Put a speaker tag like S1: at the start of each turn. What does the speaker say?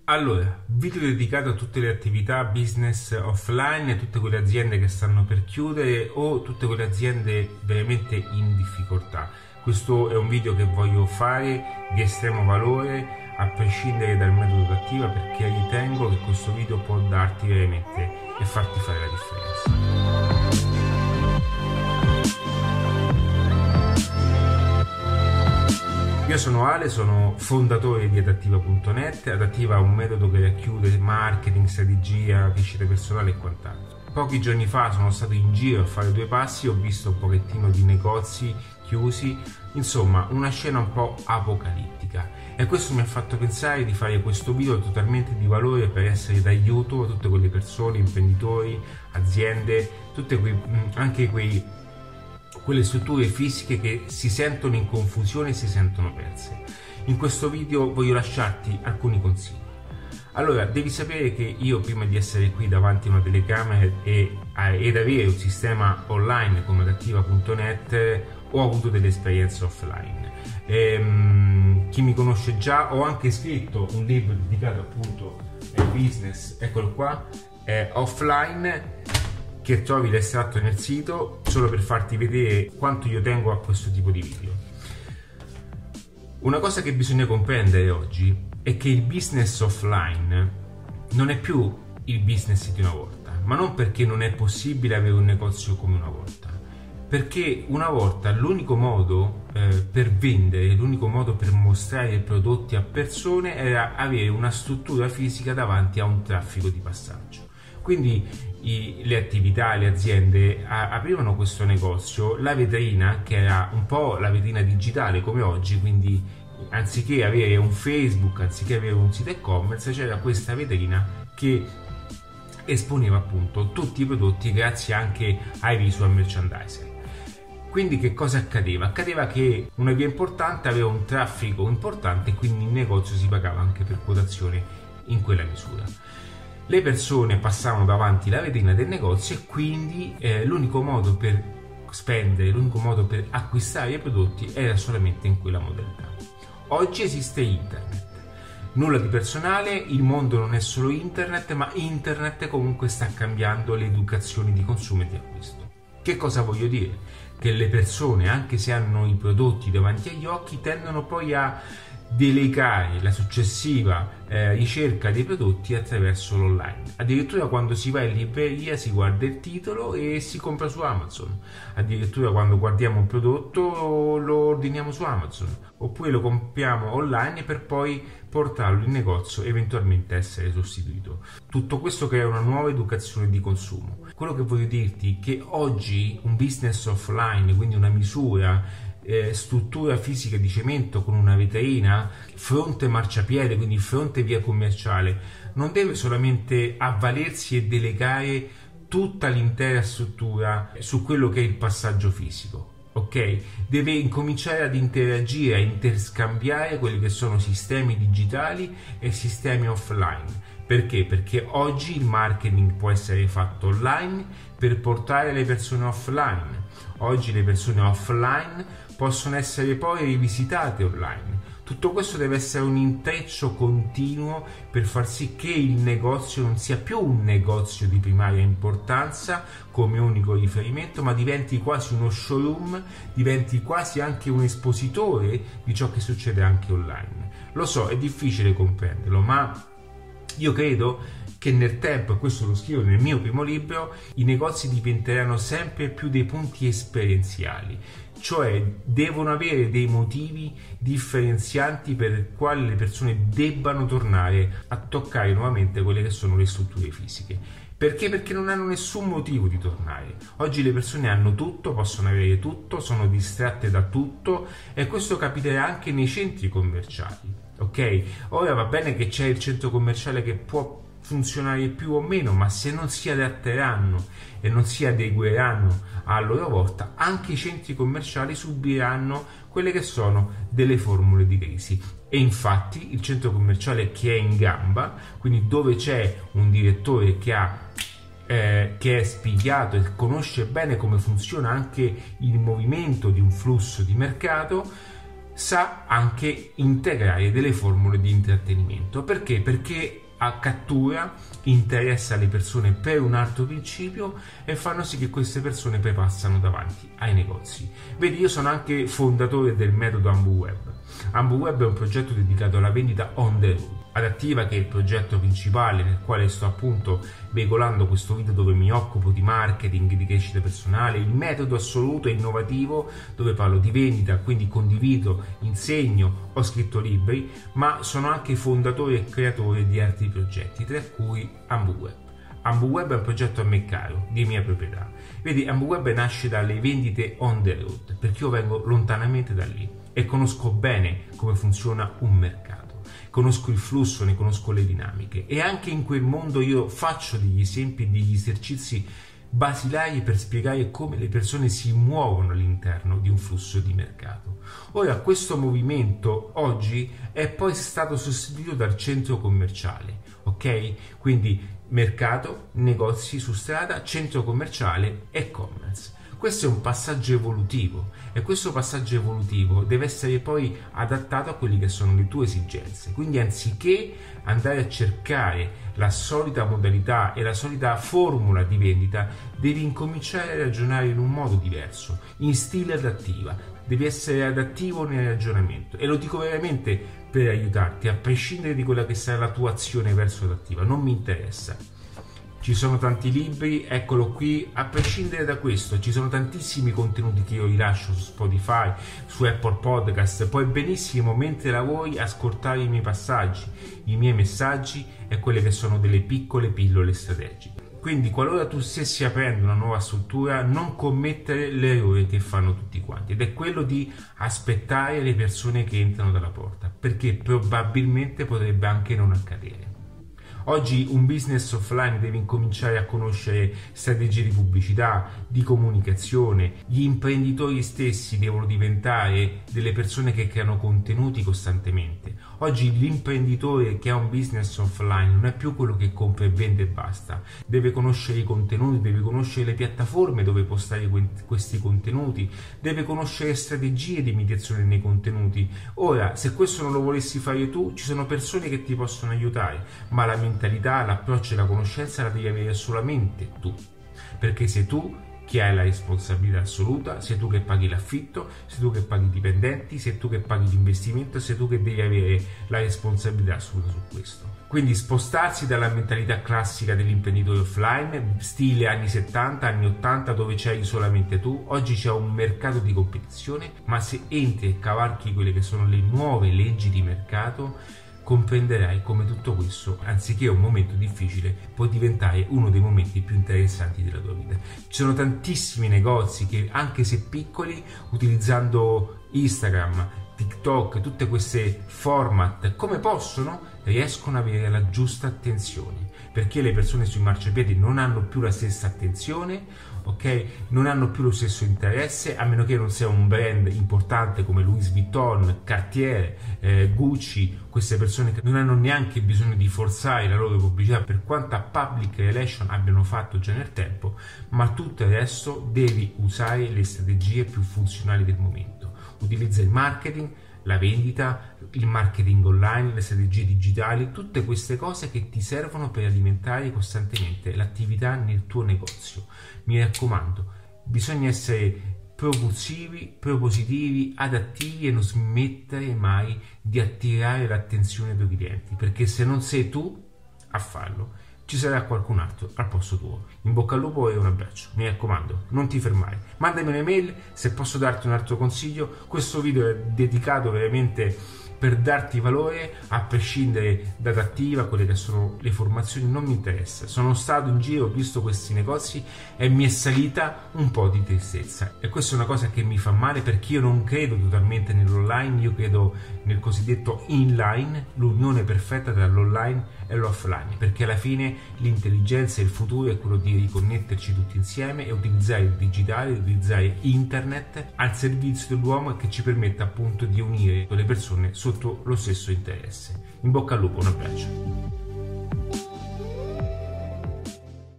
S1: Allora, video dedicato a tutte le attività business offline, tutte quelle aziende che stanno per chiudere o tutte quelle aziende veramente in difficoltà. Questo è un video che voglio fare di estremo valore a prescindere dal metodo d'attiva, perché ritengo che questo video può darti veramente e farti fare la differenza. Io sono Ale, sono fondatore di Adattiva.net. Adattiva è un metodo che racchiude marketing, strategia, crescita personale e quant'altro. Pochi giorni fa sono stato in giro a fare due passi, ho visto un pochettino di negozi chiusi, insomma una scena un po' apocalittica, e questo mi ha fatto pensare di fare questo video totalmente di valore per essere d'aiuto a tutte quelle persone, imprenditori, aziende, anche quelle strutture fisiche che si sentono in confusione e si sentono perse. In questo video voglio lasciarti alcuni consigli. Allora, devi sapere che io, prima di essere qui davanti a una telecamera ed avere un sistema online come Adattiva.net, ho avuto delle esperienze offline. Chi mi conosce già, ho anche scritto un libro dedicato appunto al business, eccolo qua, offline, che trovi l'estratto nel sito, solo per farti vedere quanto io tengo a questo tipo di video. Una cosa che bisogna comprendere oggi è che il business offline non è più il business di una volta, ma non perché non è possibile avere un negozio come una volta, perché una volta l'unico modo per vendere, l'unico modo per mostrare i prodotti a persone era avere una struttura fisica davanti a un traffico di passaggio. Quindi le attività, le aziende aprivano questo negozio, la vetrina, che era un po' la vetrina digitale come oggi, quindi anziché avere un Facebook, anziché avere un sito e-commerce, c'era questa vetrina che esponeva appunto tutti i prodotti grazie anche ai visual merchandiser. Quindi che cosa accadeva? Accadeva che una via importante aveva un traffico importante e quindi il negozio si pagava anche per quotazione in quella misura. Le persone passavano davanti alla vetrina del negozio e quindi l'unico modo per spendere, l'unico modo per acquistare i prodotti era solamente in quella modalità. Oggi esiste internet, nulla di personale, il mondo non è solo internet, ma internet comunque sta cambiando le educazioni di consumo e di acquisto. Che cosa voglio dire? Che le persone, anche se hanno i prodotti davanti agli occhi, tendono poi a delegare la successiva ricerca dei prodotti attraverso l'online. Addirittura quando si va in libreria si guarda il titolo e si compra su Amazon. Addirittura quando guardiamo un prodotto lo ordiniamo su Amazon, oppure lo compriamo online per poi portarlo in negozio e eventualmente essere sostituito. Tutto questo crea una nuova educazione di consumo. Quello che voglio dirti è che oggi un business offline, quindi una misura, struttura fisica di cemento con una vetrina, fronte marciapiede, quindi fronte via commerciale, non deve solamente avvalersi e delegare tutta l'intera struttura su quello che è il passaggio fisico. Ok? Deve incominciare ad interagire, a interscambiare quelli che sono sistemi digitali e sistemi offline. Perché? Perché oggi il marketing può essere fatto online per portare le persone offline. Oggi le persone offline possono essere poi rivisitate online. Tutto questo deve essere un intreccio continuo per far sì che il negozio non sia più un negozio di primaria importanza come unico riferimento, ma diventi quasi uno showroom, diventi quasi anche un espositore di ciò che succede anche online. Lo so, è difficile comprenderlo, ma io credo che nel tempo, e questo lo scrivo nel mio primo libro, i negozi diventeranno sempre più dei punti esperienziali, cioè devono avere dei motivi differenzianti per i quali le persone debbano tornare a toccare nuovamente quelle che sono le strutture fisiche. Perché? Perché non hanno nessun motivo di tornare. Oggi le persone hanno tutto, possono avere tutto, sono distratte da tutto, e questo capiterà anche nei centri commerciali. Ok? Ora va bene che c'è il centro commerciale che può funzionare più o meno, ma se non si adatteranno e non si adegueranno a loro volta, anche i centri commerciali subiranno quelle che sono delle formule di crisi. E infatti il centro commerciale che è in gamba, quindi dove c'è un direttore che è spigliato e conosce bene come funziona anche il movimento di un flusso di mercato, sa anche integrare delle formule di intrattenimento. Perché? Perché cattura, interessa le persone per un altro principio e fanno sì che queste persone poi passano davanti ai negozi. Vedi, io sono anche fondatore del metodo AmbuWeb. AmbuWeb è un progetto dedicato alla vendita on the road. Adattiva, che è il progetto principale nel quale sto appunto veicolando questo video, dove mi occupo di marketing, di crescita personale, il metodo assoluto e innovativo, dove parlo di vendita, quindi condivido, insegno, ho scritto libri, ma sono anche fondatore e creatore di altri progetti, tra cui AmbuWeb. AmbuWeb è un progetto a me caro, di mia proprietà. Vedi, AmbuWeb nasce dalle vendite on the road, perché io vengo lontanamente da lì e conosco bene come funziona un mercato. Conosco il flusso, ne conosco le dinamiche, e anche in quel mondo io faccio degli esempi, degli esercizi basilari per spiegare come le persone si muovono all'interno di un flusso di mercato. Ora, questo movimento oggi è poi stato sostituito dal centro commerciale, ok? Quindi mercato, negozi su strada, centro commerciale, e-commerce. Questo è un passaggio evolutivo, e questo passaggio evolutivo deve essere poi adattato a quelle che sono le tue esigenze. Quindi, anziché andare a cercare la solita modalità e la solita formula di vendita, devi incominciare a ragionare in un modo diverso, in stile adattiva. Devi essere adattivo nel ragionamento, e lo dico veramente per aiutarti, a prescindere di quella che sarà la tua azione verso l'adattiva. Non mi interessa. Ci sono tanti libri, eccolo qui, a prescindere da questo, ci sono tantissimi contenuti che io rilascio su Spotify, su Apple Podcast. Puoi benissimo, mentre lavori, ascoltare i miei passaggi, i miei messaggi e quelle che sono delle piccole pillole strategiche. Quindi, qualora tu stessi aprendo una nuova struttura, non commettere l'errore che fanno tutti quanti, ed è quello di aspettare le persone che entrano dalla porta, perché probabilmente potrebbe anche non accadere. Oggi un business offline deve incominciare a conoscere strategie di pubblicità, di comunicazione. Gli imprenditori stessi devono diventare delle persone che creano contenuti costantemente. Oggi l'imprenditore che ha un business offline non è più quello che compra e vende e basta. Deve conoscere i contenuti, deve conoscere le piattaforme dove postare questi contenuti, deve conoscere strategie di mediazione nei contenuti. Ora, se questo non lo volessi fare tu, ci sono persone che ti possono aiutare, ma la mentalità, l'approccio e la conoscenza la devi avere solamente tu, perché sei tu che hai la responsabilità assoluta, sei tu che paghi l'affitto, sei tu che paghi i dipendenti, sei tu che paghi l'investimento, sei tu che devi avere la responsabilità assoluta su questo. Quindi spostarsi dalla mentalità classica dell'imprenditore offline, stile anni 70, anni 80, dove c'hai solamente tu. Oggi c'è un mercato di competizione, ma se entri e cavalchi quelle che sono le nuove leggi di mercato, comprenderai come tutto questo, anziché un momento difficile, può diventare uno dei momenti più interessanti della tua vita. Ci sono tantissimi negozi che, anche se piccoli, utilizzando Instagram, TikTok, tutte queste format, come possono, riescono ad avere la giusta attenzione, perché le persone sui marciapiedi non hanno più la stessa attenzione, ok? Non hanno più lo stesso interesse, a meno che non sia un brand importante come Louis Vuitton, Cartier, Gucci. Queste persone che non hanno neanche bisogno di forzare la loro pubblicità, per quanta public relation abbiano fatto già nel tempo, ma tutto il resto devi usare le strategie più funzionali del momento. Utilizza il marketing, la vendita, il marketing online, le strategie digitali, tutte queste cose che ti servono per alimentare costantemente l'attività nel tuo negozio. Mi raccomando, bisogna essere propulsivi, propositivi, adattivi, e non smettere mai di attirare l'attenzione dei clienti, perché se non sei tu a farlo, ci sarà qualcun altro al posto tuo. In bocca al lupo e un abbraccio. Mi raccomando, non ti fermare. Mandami un'email se posso darti un altro consiglio. Questo video è dedicato veramente per darti valore, a prescindere da adattiva, quelle che sono le formazioni non mi interessa. Sono stato in giro, ho visto questi negozi e mi è salita un po' di tristezza, e questa è una cosa che mi fa male, perché io non credo totalmente nell'online, io credo nel cosiddetto inline, l'unione perfetta tra l'online e l'offline, perché alla fine l'intelligenza e il futuro è quello di riconnetterci tutti insieme e utilizzare il digitale, utilizzare internet al servizio dell'uomo, e che ci permetta appunto di unire le persone sotto lo stesso interesse. In bocca al lupo, un abbraccio.